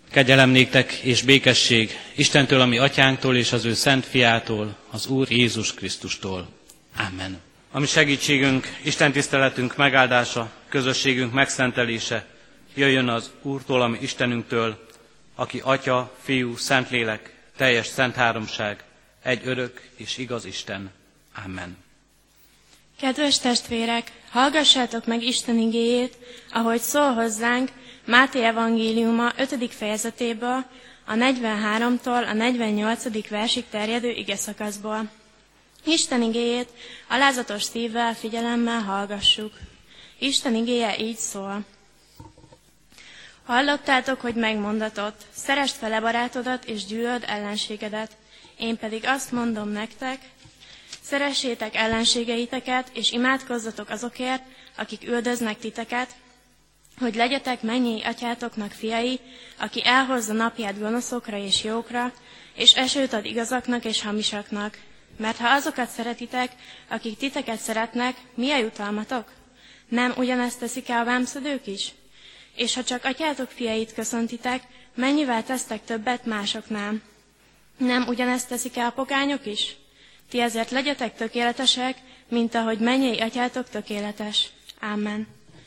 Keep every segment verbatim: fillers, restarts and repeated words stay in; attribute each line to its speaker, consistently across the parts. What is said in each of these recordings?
Speaker 1: Kegyelem néktek és békesség Istentől, a mi atyánktól és az ő szent fiától, az Úr Jézus Krisztustól. Amen. A mi segítségünk, Isten tiszteletünk megáldása, közösségünk megszentelése jöjjön az Úrtól, a mi Istenünktől, aki Atya, Fiú, Szentlélek, teljes szent háromság, egy örök és igaz Isten. Amen.
Speaker 2: Kedves testvérek, hallgassátok meg Isten igéjét, ahogy szól hozzánk Máté evangéliuma ötödik fejezetéből, a negyvenháromtól a negyvennyolcadik versig terjedő igeszakaszból. Isten igéjét alázatos szívvel, figyelemmel hallgassuk. Isten igéje így szól. Hallottátok, hogy megmondatott, szeresd fele barátodat és gyűlöld ellenségedet. Én pedig azt mondom nektek, szeressétek ellenségeiteket, és imádkozzatok azokért, akik üldöznek titeket, hogy legyetek mennyei atyátoknak fiai, aki elhozza napját gonoszokra és jókra, és esőt ad igazaknak és hamisaknak. Mert ha azokat szeretitek, akik titeket szeretnek, mi a jutalmatok? Nem ugyanezt teszik-e a vámszedők is? És ha csak atyátok fiait köszöntitek, mennyivel tesztek többet másoknál? Nem ugyanezt teszik-e a pogányok is? Ti ezért legyetek tökéletesek, mint ahogy mennyei atyátok tökéletes. Amen.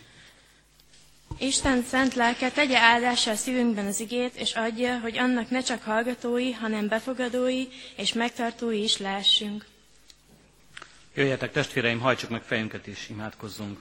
Speaker 2: Isten szent lelke tegye áldással szívünkben az igét, és adja, hogy annak ne csak hallgatói, hanem befogadói és megtartói is lehessünk.
Speaker 1: Jöjjetek, testvéreim, hajtsuk meg fejünket és imádkozzunk.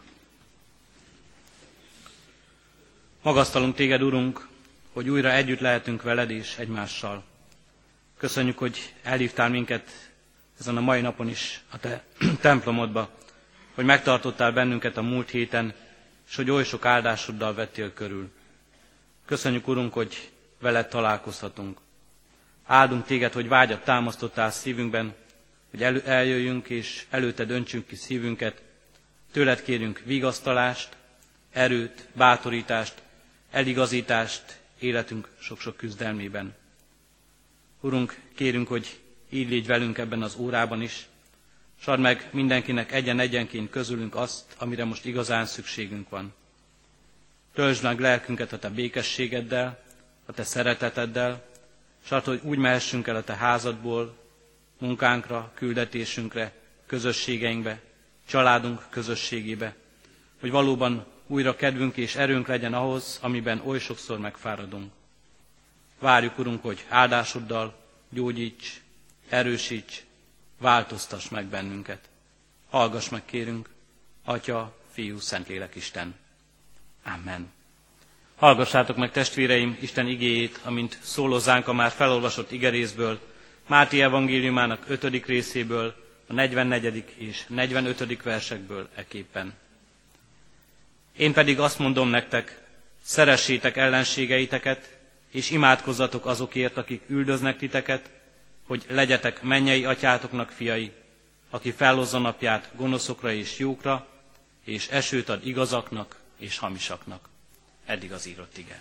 Speaker 1: Magasztalunk téged, Urunk, hogy újra együtt lehetünk veled és egymással. Köszönjük, hogy elhívtál minket ezen a mai napon is a te templomodba, hogy megtartottál bennünket a múlt héten, és hogy oly sok áldásoddal vettél körül. Köszönjük, Urunk, hogy veled találkozhatunk. Áldunk téged, hogy vágyat támasztottál szívünkben, hogy elő, eljöjjünk és előtte döntsünk ki szívünket. Tőled kérünk vigasztalást, erőt, bátorítást, eligazítást életünk sok-sok küzdelmében. Urunk, kérünk, hogy így légy velünk ebben az órában is, s add meg mindenkinek egyen-egyenként közülünk azt, amire most igazán szükségünk van. Töltsd meg lelkünket a te békességeddel, a te szereteteddel, s add, hogy úgy mehessünk el a te házadból, munkánkra, küldetésünkre, közösségeinkbe, családunk közösségébe, hogy valóban újra kedvünk és erőnk legyen ahhoz, amiben oly sokszor megfáradunk. Várjuk, Urunk, hogy áldásoddal gyógyíts, erősíts, változtass meg bennünket. Hallgass meg, kérünk, Atya, Fiú, Szentlélek Isten. Amen. Hallgassátok meg, testvéreim, Isten igéjét, amint szól hozzánk a már felolvasott igerészből, Máté evangéliumának ötödik részéből, a negyvennegyedik és negyvenötödik versekből eképpen. Én pedig azt mondom nektek, szeressétek ellenségeiteket, és imádkozzatok azokért, akik üldöznek titeket, hogy legyetek mennyei atyátoknak fiai, aki felhozza napját gonoszokra és jókra, és esőt ad igazaknak és hamisaknak. Eddig az írott ige.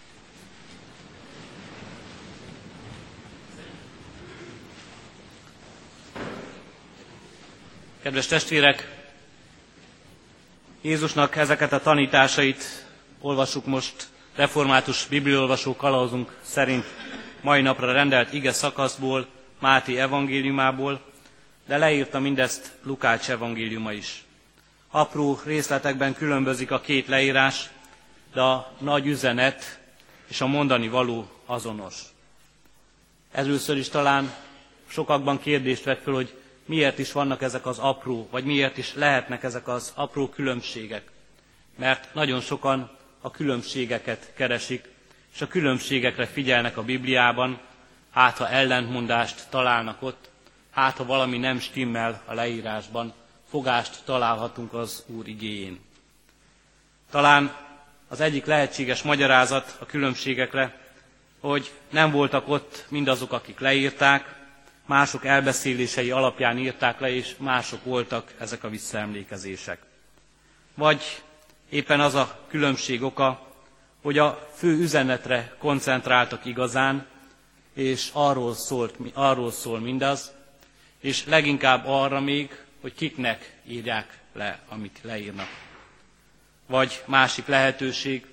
Speaker 1: Kedves testvérek, Jézusnak ezeket a tanításait olvassuk most református bibliaolvasó kalauzunk szerint mai napra rendelt ige szakaszból, Máté evangéliumából, de leírta mindezt Lukács evangéliuma is. Apró részletekben különbözik a két leírás, de a nagy üzenet és a mondani való azonos. Először is talán sokakban kérdést vett föl, hogy miért is vannak ezek az apró, vagy miért is lehetnek ezek az apró különbségek. Mert nagyon sokan a különbségeket keresik, és a különbségekre figyelnek a Bibliában, hát ha ellentmondást találnak ott, hát ha valami nem stimmel a leírásban, fogást találhatunk az Úr igéjén. Talán az egyik lehetséges magyarázat a különbségekre, hogy nem voltak ott mindazok, akik leírták, mások elbeszélései alapján írták le, és mások voltak ezek a visszaemlékezések. Vagy éppen az a különbség oka, hogy a fő üzenetre koncentráltak igazán, és arról, szólt, arról szól mindaz, és leginkább arra még, hogy kiknek írják le, amit leírnak. Vagy másik lehetőség,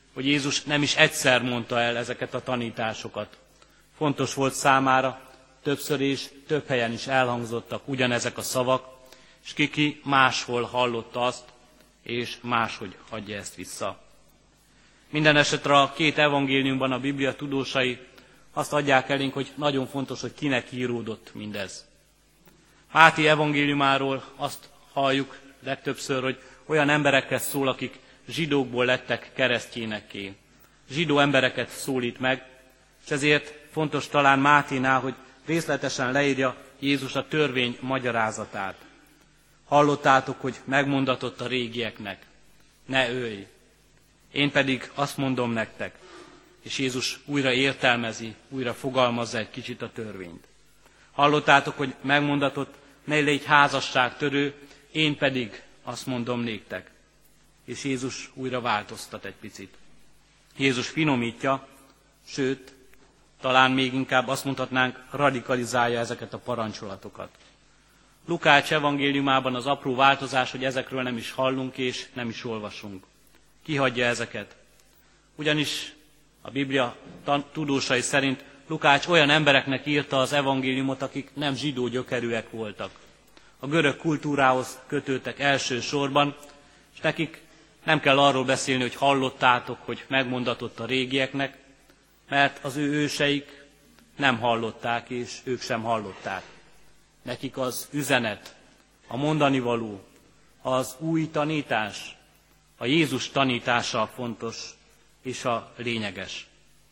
Speaker 1: hogy Jézus nem is egyszer mondta el ezeket a tanításokat. Fontos volt számára, többször és több helyen is elhangzottak ugyanezek a szavak, és ki-ki máshol hallotta azt, és máshogy adja ezt vissza. Minden esetre a két evangéliumban a Biblia tudósai azt adják elénk, hogy nagyon fontos, hogy kinek íródott mindez. Máté evangéliumáról azt halljuk legtöbbször, hogy olyan emberekkel szól, akik zsidókból lettek keresztjénekké. Zsidó embereket szólít meg, és ezért fontos talán Máténál, hogy részletesen leírja Jézus a törvény magyarázatát. Hallottátok, hogy megmondatott a régieknek, ne ölj. Én pedig azt mondom nektek, és Jézus újra értelmezi, újra fogalmazza egy kicsit a törvényt. Hallottátok, hogy megmondatott, ne légy házasságtörő, én pedig azt mondom néktek. És Jézus újra változtat egy picit. Jézus finomítja, sőt, talán még inkább azt mondhatnánk, radikalizálja ezeket a parancsolatokat. Lukács evangéliumában az apró változás, hogy ezekről nem is hallunk és nem is olvasunk. Kihagyja ezeket. Ugyanis a Biblia tudósai szerint Lukács olyan embereknek írta az evangéliumot, akik nem zsidó gyökerűek voltak. A görög kultúrához kötődtek elsősorban, és nekik nem kell arról beszélni, hogy hallottátok, hogy megmondatott a régieknek, mert az ő őseik nem hallották, és ők sem hallották. Nekik az üzenet, a mondanivaló, az új tanítás, a Jézus tanítása a fontos és a lényeges.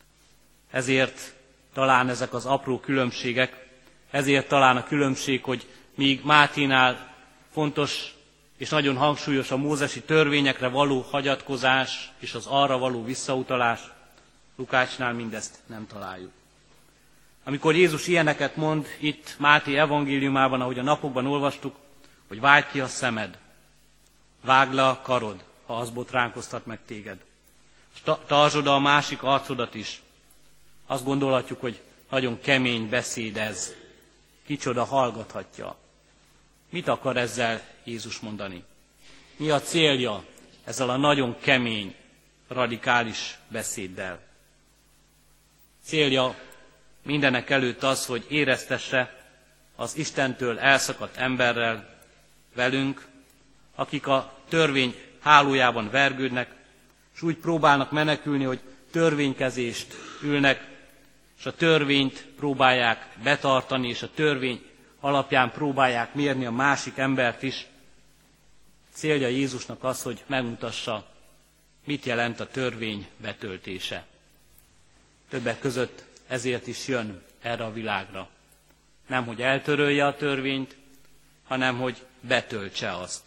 Speaker 1: Ezért talán ezek az apró különbségek, ezért talán a különbség, hogy míg Máténál fontos és nagyon hangsúlyos a mózesi törvényekre való hagyatkozás és az arra való visszautalás, Lukácsnál mindezt nem találjuk. Amikor Jézus ilyeneket mond itt Máté evangéliumában, ahogy a napokban olvastuk, hogy vágj ki a szemed, vágd le a karod, ha az botránkoztat meg téged. Tartsd a másik arcodat is. Azt gondolhatjuk, hogy nagyon kemény beszéd ez. Kicsoda hallgathatja. Mit akar ezzel Jézus mondani? Mi a célja ezzel a nagyon kemény, radikális beszéddel? Célja mindenek előtt az, hogy éreztesse az Istentől elszakadt emberrel, velünk, akik a törvény hálójában vergődnek, és úgy próbálnak menekülni, hogy törvénykezést ülnek, és a törvényt próbálják betartani, és a törvény alapján próbálják mérni a másik embert is. Célja Jézusnak az, hogy megmutassa, mit jelent a törvény betöltése. Többek között ezért is jön erre a világra. Nem, hogy eltörölje a törvényt, hanem, hogy betöltse azt.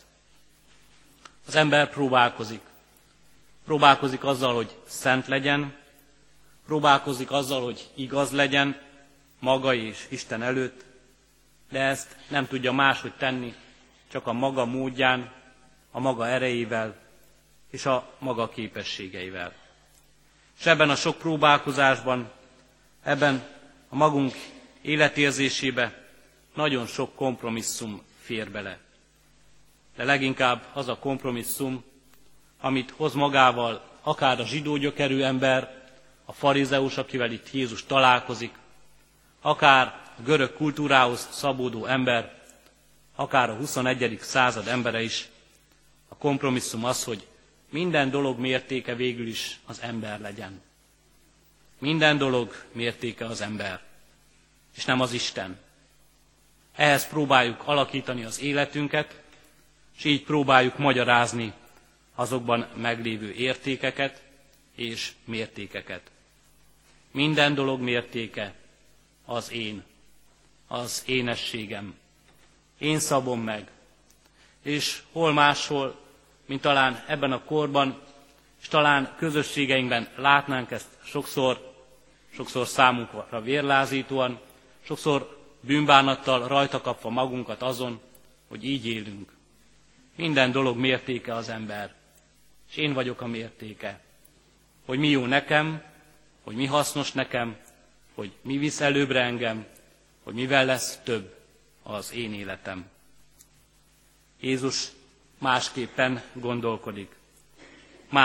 Speaker 1: Az ember próbálkozik. Próbálkozik azzal, hogy szent legyen, próbálkozik azzal, hogy igaz legyen maga és Isten előtt, de ezt nem tudja máshogy tenni, csak a maga módján, a maga erejével és a maga képességeivel. És ebben a sok próbálkozásban, ebben a magunk életérzésébe nagyon sok kompromisszum fér bele. De leginkább az a kompromisszum, amit hoz magával akár a zsidó gyökerű ember, a farizeus, akivel itt Jézus találkozik, akár a görög kultúrához szabódó ember, akár a huszonegyedik század embere is. A kompromisszum az, hogy minden dolog mértéke végül is az ember legyen. Minden dolog mértéke az ember, és nem az Isten. Ehhez próbáljuk alakítani az életünket, és így próbáljuk magyarázni azokban meglévő értékeket és mértékeket. Minden dolog mértéke az én, az énességem. Én szabom meg. És hol máshol, mint talán ebben a korban, és talán közösségeinkben látnánk ezt sokszor, sokszor számunkra vérlázítóan, sokszor bűnbánattal rajta kapva magunkat azon, hogy így élünk. Minden dolog mértéke az ember, és én vagyok a mértéke. Hogy mi jó nekem, hogy mi hasznos nekem, hogy mi visz előbbre engem, hogy mivel lesz több az én életem. Jézus másképpen gondolkodik. Más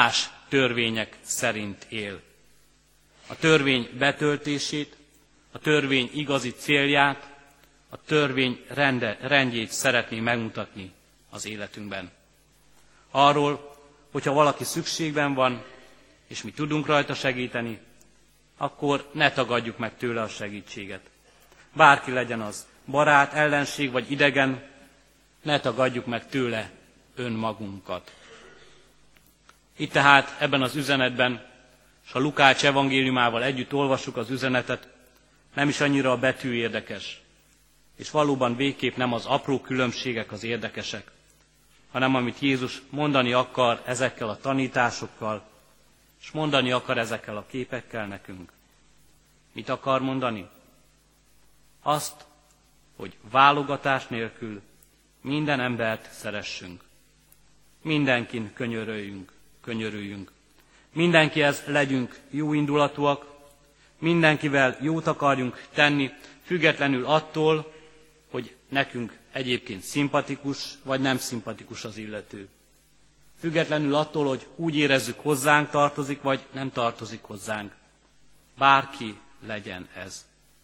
Speaker 1: törvények szerint él. A törvény betöltését, a törvény igazi célját, a törvény rende, rendjét szeretné megmutatni az életünkben. Arról, hogyha valaki szükségben van, és mi tudunk rajta segíteni, akkor ne tagadjuk meg tőle a segítséget. Bárki legyen az, barát, ellenség vagy idegen, ne tagadjuk meg tőle önmagunkat. Itt tehát ebben az üzenetben, és a Lukács evangéliumával együtt olvassuk az üzenetet, nem is annyira a betű érdekes, és valóban végképp nem az apró különbségek az érdekesek, hanem amit Jézus mondani akar ezekkel a tanításokkal, és mondani akar ezekkel a képekkel nekünk. Mit akar mondani? Azt, hogy válogatás nélkül minden embert szeressünk. Mindenkin könyörüljünk, könyörüljünk. Mindenkihez legyünk jóindulatúak, mindenkivel jót akarjunk tenni, függetlenül attól, hogy nekünk egyébként szimpatikus vagy nem szimpatikus az illető. Függetlenül attól, hogy úgy érezzük, hozzánk tartozik, vagy nem tartozik hozzánk. Bárki legyen ez.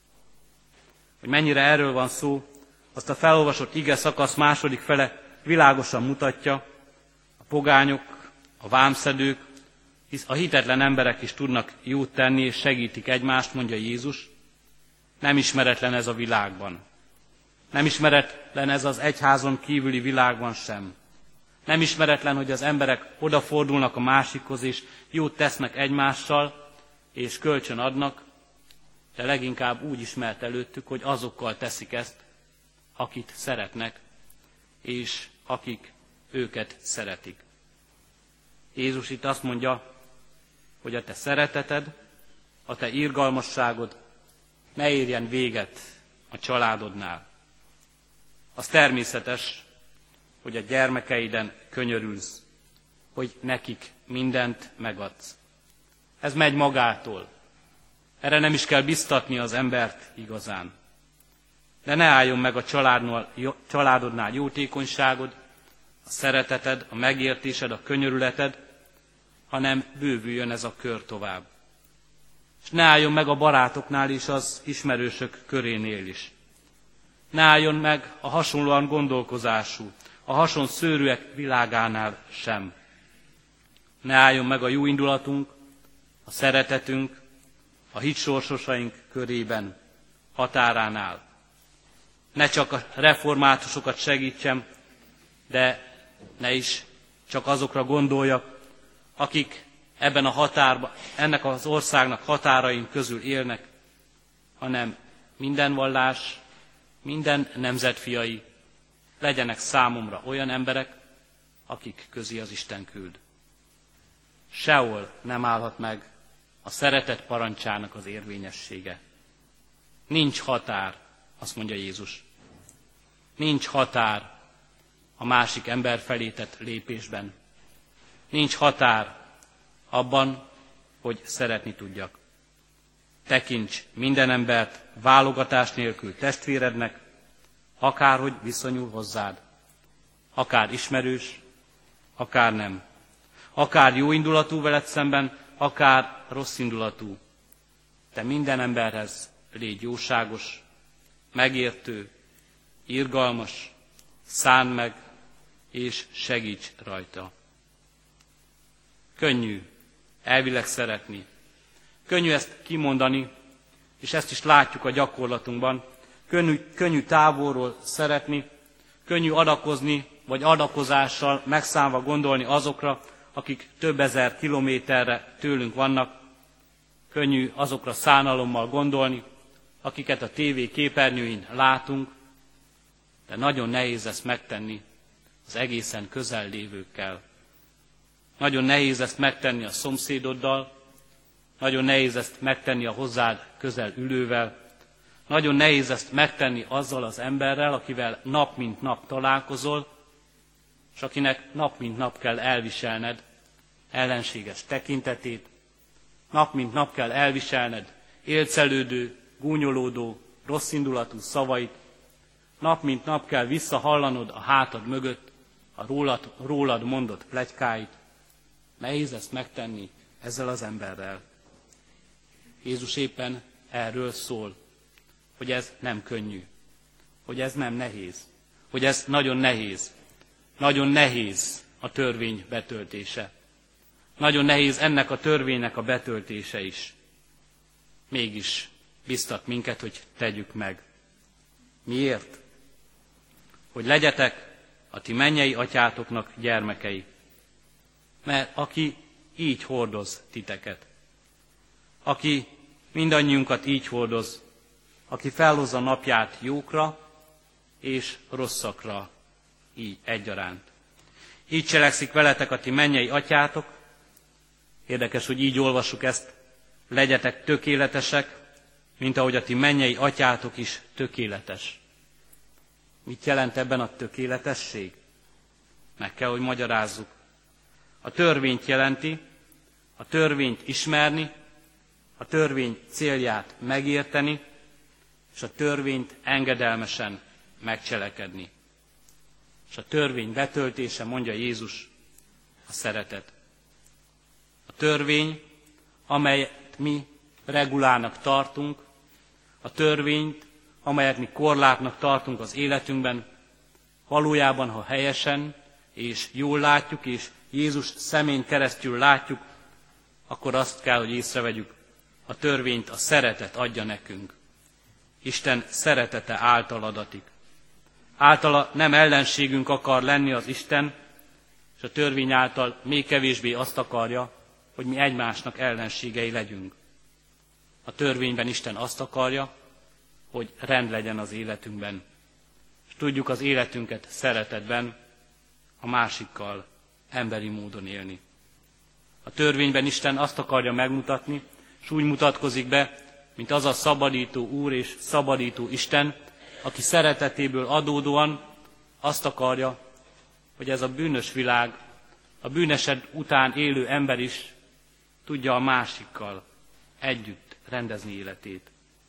Speaker 1: Hogy mennyire erről van szó, azt a felolvasott ige szakasz második fele világosan mutatja. A pogányok, a vámszedők, hisz a hitetlen emberek is tudnak jót tenni, és segítik egymást, mondja Jézus. Nem ismeretlen ez a világban. Nem ismeretlen ez az egyházon kívüli világban sem. Nem ismeretlen, hogy az emberek odafordulnak a másikhoz, és jót tesznek egymással, és kölcsön adnak, de leginkább úgy ismert előttük, hogy azokkal teszik ezt, akit szeretnek, és akik őket szeretik. Jézus itt azt mondja, hogy a te szereteted, a te irgalmasságod ne érjen véget a családodnál. Az természetes, hogy a gyermekeiden könyörülsz, hogy nekik mindent megadsz. Ez megy magától. Erre nem is kell biztatni az embert igazán. De ne álljon meg a családnál, családodnál jótékonyságod, a szereteted, a megértésed, a könyörületed, hanem bővüljön ez a kör tovább. És ne álljon meg a barátoknál is, az ismerősök körénél is. Ne álljon meg a hasonlóan gondolkozású, a hason szőrűek világánál sem. Ne álljon meg a jó indulatunk, a szeretetünk, a hitsorsosaink körében, határánál. Ne csak a reformátusokat segítsem, de ne is csak azokra gondoljak, akik ebben a határban, ennek az országnak határain közül élnek, hanem minden vallás, minden nemzet fiai legyenek számomra olyan emberek, akik közé az Isten küld. Sehol nem állhat meg a szeretet parancsának az érvényessége. Nincs határ, azt mondja Jézus. Nincs határ a másik ember felé tett lépésben. Nincs határ abban, hogy szeretni tudjak. Tekints minden embert válogatás nélkül testvérednek, akárhogy viszonyul hozzád. Akár ismerős, akár nem. Akár jóindulatú veled szemben, akár rosszindulatú. Te minden emberhez légy jóságos, megértő, irgalmas, szánd meg, és segíts rajta. Könnyű elvileg szeretni. Könnyű ezt kimondani, és ezt is látjuk a gyakorlatunkban. Könnyű, könnyű távolról szeretni, könnyű adakozni, vagy adakozással megszámva gondolni azokra, akik több ezer kilométerre tőlünk vannak. Könnyű azokra szánalommal gondolni, akiket a tévé képernyőin látunk, de nagyon nehéz ezt megtenni az egészen közel lévőkkel. Nagyon nehéz ezt megtenni a szomszédoddal, nagyon nehéz ezt megtenni a hozzád közel ülővel, nagyon nehéz ezt megtenni azzal az emberrel, akivel nap mint nap találkozol, és akinek nap mint nap kell elviselned ellenséges tekintetét, nap mint nap kell elviselned élcelődő, gúnyolódó, rosszindulatú szavait, nap mint nap kell visszahallanod a hátad mögött a rólad, rólad mondott pletykáit, Nehéz ezt megtenni ezzel az emberrel. Jézus éppen erről szól, hogy ez nem könnyű, hogy ez nem nehéz, hogy ez nagyon nehéz. Nagyon nehéz a törvény betöltése. Nagyon nehéz ennek a törvénynek a betöltése is. Mégis biztat minket, hogy tegyük meg. Miért? Hogy legyetek a ti mennyei atyátoknak gyermekei. Mert aki így hordoz titeket, aki mindannyiunkat így hordoz, aki felhozza napját jókra és rosszakra, így egyaránt. Így cselekszik veletek a ti mennyei atyátok. Érdekes, hogy így olvassuk ezt, legyetek tökéletesek, mint ahogy a ti mennyei atyátok is tökéletes. Mit jelent ebben a tökéletesség? Meg kell, hogy magyarázzuk. A törvényt jelenti, a törvényt ismerni, a törvény célját megérteni, és a törvényt engedelmesen megcselekedni. És a törvény betöltése, mondja Jézus, a szeretet. A törvény, amelyet mi regulának tartunk, a törvényt, amelyet mi korlátnak tartunk az életünkben, valójában, ha helyesen és jól látjuk, és Jézus szemén keresztül látjuk, akkor azt kell, hogy észrevegyük, a törvényt a szeretet adja nekünk. Isten szeretete által adatik. Általa nem ellenségünk akar lenni az Isten, és a törvény által még kevésbé azt akarja, hogy mi egymásnak ellenségei legyünk. A törvényben Isten azt akarja, hogy rend legyen az életünkben, és tudjuk az életünket szeretetben a másikkal emberi módon élni. A törvényben Isten azt akarja megmutatni, és úgy mutatkozik be, mint az a szabadító Úr és szabadító Isten, aki szeretetéből adódóan azt akarja, hogy ez a bűnös világ, a bűnesed után élő ember is tudja a másikkal együtt rendezni életét.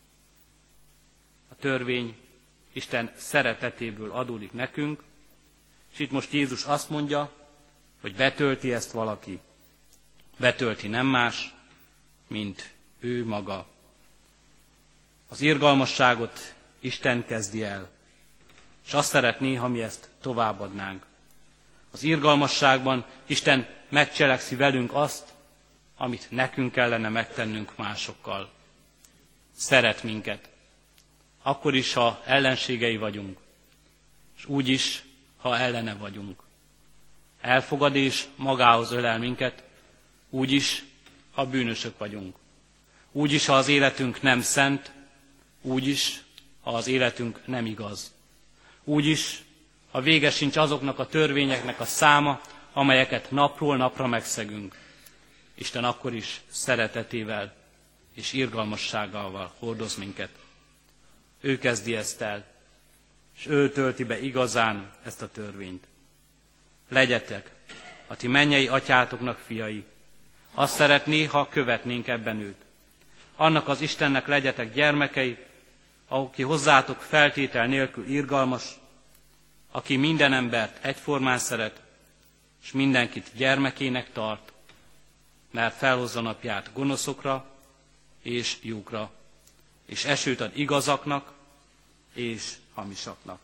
Speaker 1: A törvény Isten szeretetéből adódik nekünk, és itt most Jézus azt mondja, hogy betölti ezt valaki. Betölti nem más, mint ő maga. Az irgalmasságot Isten kezdi el, és azt szeretné, ha mi ezt továbbadnánk. Az irgalmasságban Isten megcselekszi velünk azt, amit nekünk kellene megtennünk másokkal. Szeret minket, akkor is, ha ellenségei vagyunk, és úgy is, ha ellene vagyunk. Elfogad és magához ölel minket, úgy is, ha bűnösök vagyunk. Úgy is, ha az életünk nem szent, úgy is, ha az életünk nem igaz. Úgy is, ha vége sincs azoknak a törvényeknek a száma, amelyeket napról napra megszegünk. Isten akkor is szeretetével és irgalmassággal hordoz minket. Ő kezdi ezt el, és ő tölti be igazán ezt a törvényt. Legyetek a ti mennyei atyátoknak fiai. Azt szeretné, ha követnénk ebben őt. Annak az Istennek legyetek gyermekei, aki hozzátok feltétel nélkül irgalmas, aki minden embert egyformán szeret, és mindenkit gyermekének tart, mert felhozza napját gonoszokra és jókra, és esőt ad igazaknak és hamisaknak.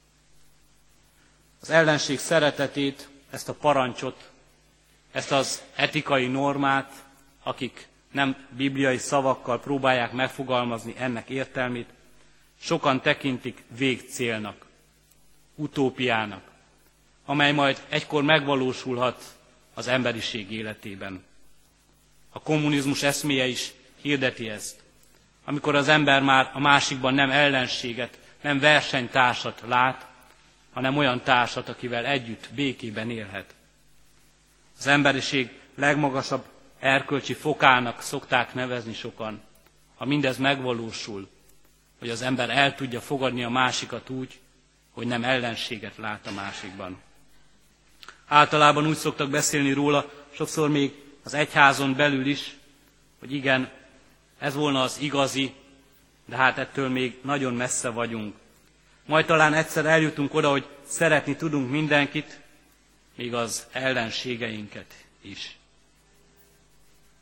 Speaker 1: Az ellenség szeretetét, ezt a parancsot, ezt az etikai normát, akik nem bibliai szavakkal próbálják megfogalmazni ennek értelmét, sokan tekintik végcélnak, utópiának, amely majd egykor megvalósulhat az emberiség életében. A kommunizmus eszméje is hirdeti ezt. Amikor az ember már a másikban nem ellenséget, nem versenytársat lát, hanem olyan társat, akivel együtt békében élhet. Az emberiség legmagasabb erkölcsi fokának szokták nevezni sokan, ha mindez megvalósul, hogy az ember el tudja fogadni a másikat úgy, hogy nem ellenséget lát a másikban. Általában úgy szoktak beszélni róla, sokszor még az egyházon belül is, hogy igen, ez volna az igazi, de hát ettől még nagyon messze vagyunk. Majd talán egyszer eljutunk oda, hogy szeretni tudunk mindenkit, még az ellenségeinket is.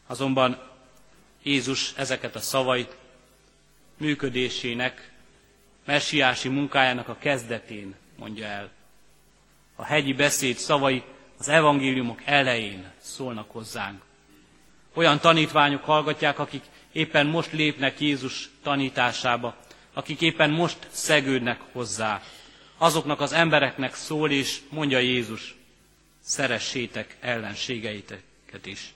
Speaker 1: Azonban Jézus ezeket a szavait működésének, messiási munkájának a kezdetén mondja el. A hegyi beszéd szavai az evangéliumok elején szólnak hozzánk. Olyan tanítványok hallgatják, akik éppen most lépnek Jézus tanításába, akik éppen most szegődnek hozzá. Azoknak az embereknek szól, és mondja Jézus, szeressétek ellenségeiteket is.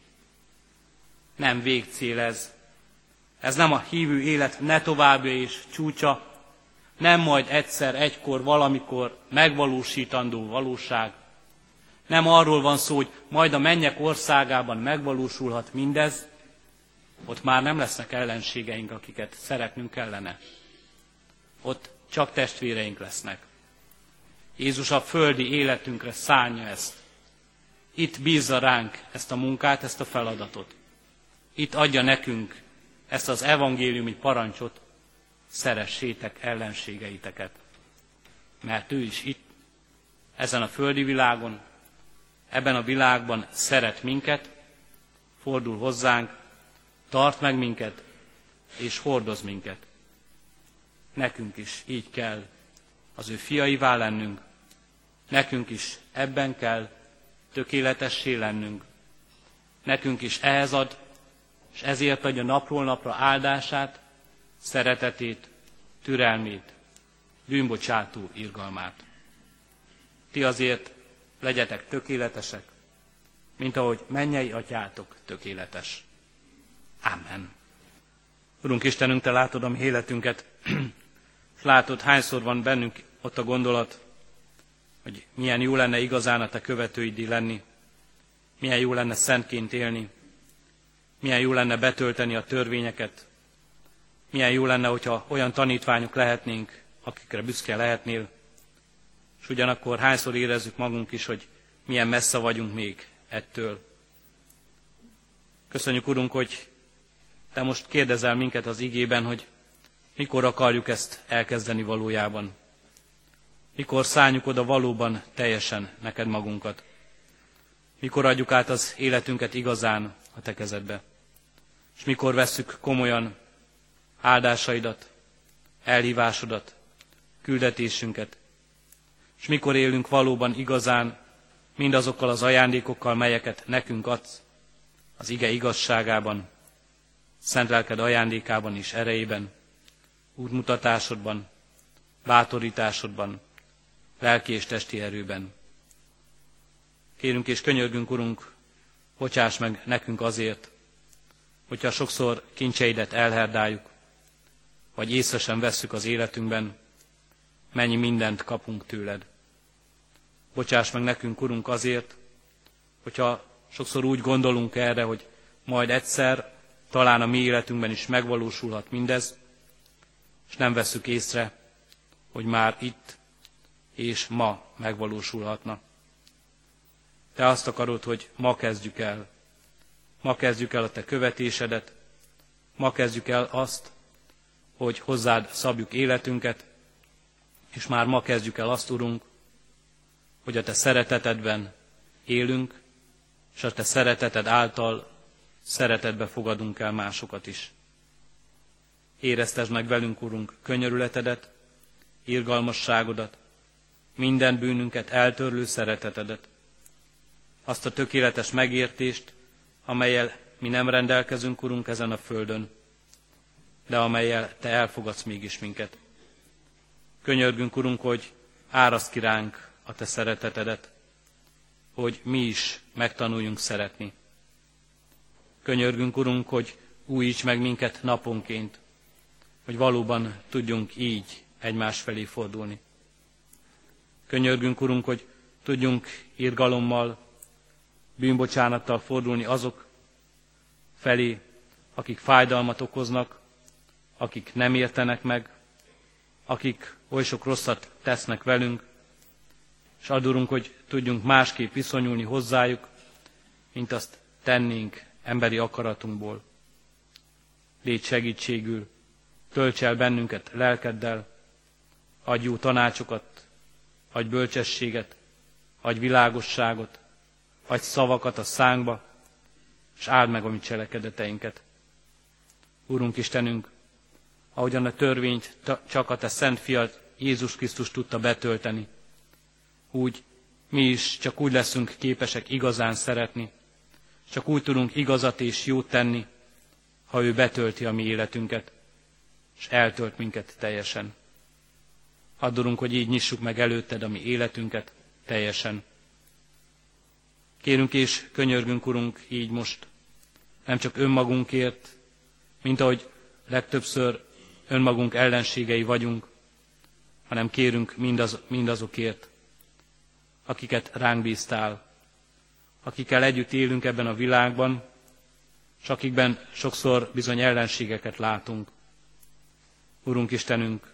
Speaker 1: Nem végcél ez. Ez nem a hívő élet ne továbbja és csúcsa, nem majd egyszer, egykor, valamikor megvalósítandó valóság. Nem arról van szó, hogy majd a mennyek országában megvalósulhat mindez, ott már nem lesznek ellenségeink, akiket szeretnünk kellene. Ott csak testvéreink lesznek. Jézus a földi életünkre szánja ezt. Itt bízza ránk ezt a munkát, ezt a feladatot. Itt adja nekünk ezt az evangéliumi parancsot, szeressétek ellenségeiteket. Mert ő is itt, ezen a földi világon, ebben a világban szeret minket, fordul hozzánk, tart meg minket, és hordoz minket. Nekünk is így kell az ő fiaivá lennünk, nekünk is ebben kell tökéletessé lennünk. Nekünk is ehhez ad, és ezért adja napról napra áldását, szeretetét, türelmét, bűnbocsátó irgalmát. Ti azért legyetek tökéletesek, mint ahogy mennyei atyátok tökéletes. Amen. Urunk Istenünk, Te látod a mi életünket, és látod, hányszor van bennünk ott a gondolat, hogy milyen jó lenne igazán a Te követőidi lenni, milyen jó lenne szentként élni, milyen jó lenne betölteni a törvényeket, milyen jó lenne, hogyha olyan tanítványok lehetnénk, akikre büszke lehetnél, és ugyanakkor hányszor érezzük magunk is, hogy milyen messze vagyunk még ettől. Köszönjük, Urunk, hogy Te most kérdezel minket az igében, hogy mikor akarjuk ezt elkezdeni valójában. Mikor szálljuk oda valóban teljesen neked magunkat. Mikor adjuk át az életünket igazán a Te kezedbe. És mikor vesszük komolyan áldásaidat, elhívásodat, küldetésünket. És mikor élünk valóban igazán mindazokkal az ajándékokkal, melyeket nekünk adsz, az ige igazságában, szent lelked ajándékában és erejében, útmutatásodban, bátorításodban, lelki és testi erőben. Kérünk és könyörgünk, Urunk, bocsáss meg nekünk azért, hogyha sokszor kincseidet elherdáljuk, vagy észre sem vesszük az életünkben, mennyi mindent kapunk tőled. Bocsáss meg nekünk, Urunk, azért, hogyha sokszor úgy gondolunk erre, hogy majd egyszer, talán a mi életünkben is megvalósulhat mindez, és nem vesszük észre, hogy már itt és ma megvalósulhatna. Te azt akarod, hogy ma kezdjük el. Ma kezdjük el a Te követésedet, ma kezdjük el azt, hogy hozzád szabjuk életünket, és már ma kezdjük el azt, Urunk, hogy a Te szeretetedben élünk, és a Te szereteted által szeretetbe fogadunk el másokat is. Éreztesd meg velünk, Urunk, könyörületedet, irgalmasságodat, minden bűnünket eltörlő szeretetedet, azt a tökéletes megértést, amellyel mi nem rendelkezünk, Urunk, ezen a földön, de amellyel Te elfogadsz mégis minket. Könyörgünk, Urunk, hogy áraszd ki ránk a Te szeretetedet, hogy mi is megtanuljunk szeretni. Könyörgünk, Urunk, hogy újíts meg minket naponként, hogy valóban tudjunk így egymás felé fordulni. Könyörgünk, Urunk, hogy tudjunk irgalommal, bűnbocsánattal fordulni azok felé, akik fájdalmat okoznak, akik nem értenek meg, akik oly sok rosszat tesznek velünk, és add, Urunk, hogy tudjunk másképp viszonyulni hozzájuk, mint azt tennénk emberi akaratunkból. Légy segítségül, tölts el bennünket lelkeddel, adj jó tanácsokat, adj bölcsességet, adj világosságot, adj szavakat a szánkba, és áld meg a mi cselekedeteinket. Úrunk Istenünk, ahogyan a törvényt csak a te szent fiad Jézus Krisztus tudta betölteni, úgy mi is csak úgy leszünk képesek igazán szeretni, csak úgy tudunk igazat és jót tenni, ha ő betölti a mi életünket, és eltölt minket teljesen. Add, Urunk, hogy így nyissuk meg előtted a mi életünket teljesen. Kérünk és könyörgünk, Urunk, így most, nem csak önmagunkért, mint ahogy legtöbbször önmagunk ellenségei vagyunk, hanem kérünk mindaz, mindazokért, akiket ránk bíztál, akikkel együtt élünk ebben a világban, és akikben sokszor bizony ellenségeket látunk. Urunk Istenünk,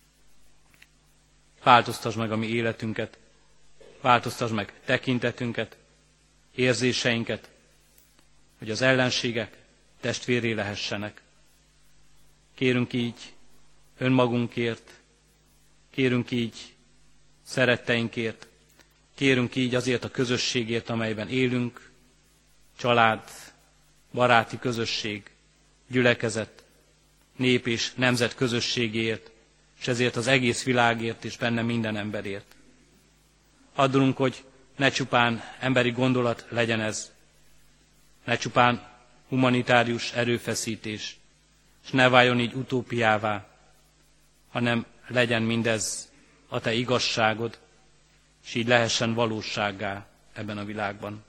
Speaker 1: változtasd meg a mi életünket, változtasd meg tekintetünket, érzéseinket, hogy az ellenségek testvéré lehessenek. Kérünk így önmagunkért, kérünk így szeretteinkért, kérünk így azért a közösségért, amelyben élünk, család, baráti közösség, gyülekezet, nép és nemzet közösségért, és ezért az egész világért és benne minden emberért. Addulunk, hogy ne csupán emberi gondolat legyen ez, ne csupán humanitárius erőfeszítés, és ne váljon így utópiává, hanem legyen mindez a te igazságod, és így lehessen valósággá ebben a világban.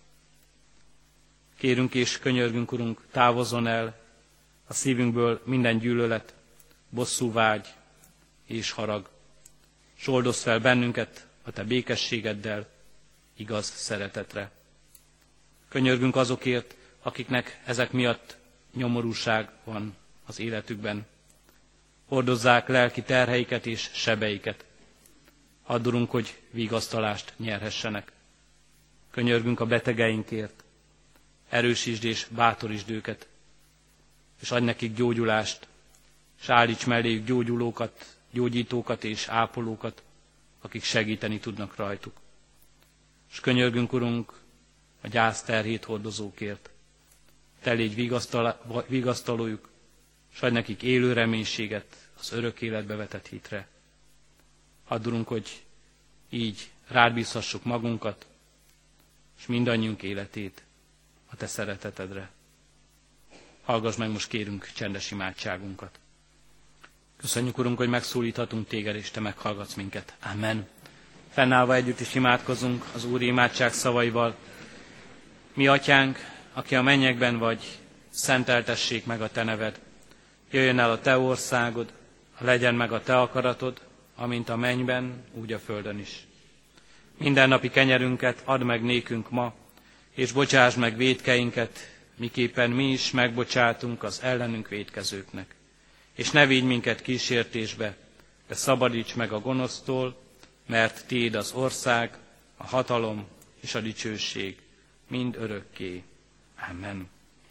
Speaker 1: Kérünk és könyörgünk, Urunk, távozzon el a szívünkből minden gyűlölet, bosszúvágy és harag. S oldozz fel bennünket a te békességeddel, igaz szeretetre. Könyörgünk azokért, akiknek ezek miatt nyomorúság van az életükben. Hordozzák lelki terheiket és sebeiket. Add, Urunk, hogy vigasztalást nyerhessenek. Könyörgünk a betegeinkért. Erősítsd és bátorítsd őket, és adj nekik gyógyulást, és állíts melléjük gyógyulókat, gyógyítókat és ápolókat, akik segíteni tudnak rajtuk. És könyörgünk, Urunk, a gyászterhét hordozókért. Te légy vigasztalójuk, és adj nekik élő reménységet az örök életbe vetett hitre. Add, Urunk, hogy így rád bízhassuk magunkat, és mindannyiunk életét a te szeretetedre. Hallgass meg most, kérünk, csendes imádságunkat. Köszönjük, Urunk, hogy megszólíthatunk téged, és te meghallgatsz minket. Amen. Fennállva együtt is imádkozunk az Úri imádság szavaival. Mi, Atyánk, aki a mennyekben vagy, szenteltessék meg a te neved. Jöjjön el a te országod, legyen meg a te akaratod, amint a mennyben, úgy a földön is. Mindennapi kenyerünket add meg nékünk ma, és bocsásd meg vétkeinket, miképpen mi is megbocsátunk az ellenünk vétkezőknek. És ne vigy minket kísértésbe, de szabadíts meg a gonosztól, mert tiéd az ország, a hatalom és a dicsőség mind örökké. Amen.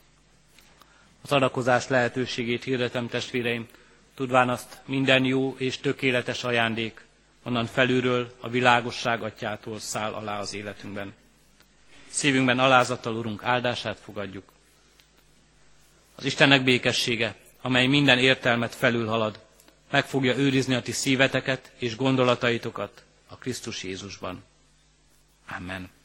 Speaker 1: Az adakozás lehetőségét hirdetem, testvéreim, tudván azt minden jó és tökéletes ajándék, onnan felülről a világosság atyától száll alá az életünkben. Szívünkben alázattal, Urunk, áldását fogadjuk. Az Istennek békessége, amely minden értelmet felülhalad, meg fogja őrizni a ti szíveteket és gondolataitokat a Krisztus Jézusban. Amen.